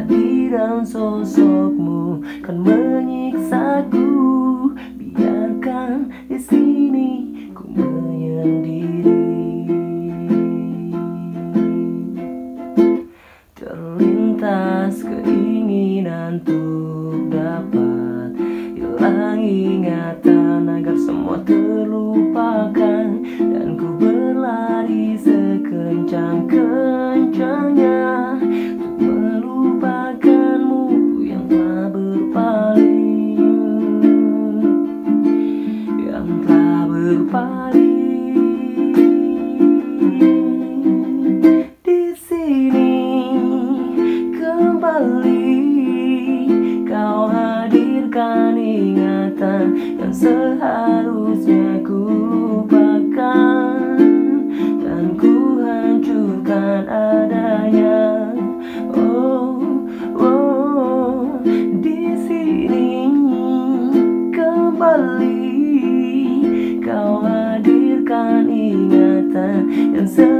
kehadiran sosokmu kan menyiksaku. Biarkan di sini ku menyendiri. Terlintas keinginan untuk dapat hilang ingatan agar semua terlupakan, dan ku berlari sekencang-kencangnya untuk melupakanmu yang telah berpaling, yang telah berpaling. Di sini kembali kau hadirkan ingatan yang seharusnya ku lupakan, dan ku hancurkan adanya. Oh, oh, di sini kembali kau hadirkan ingatan yang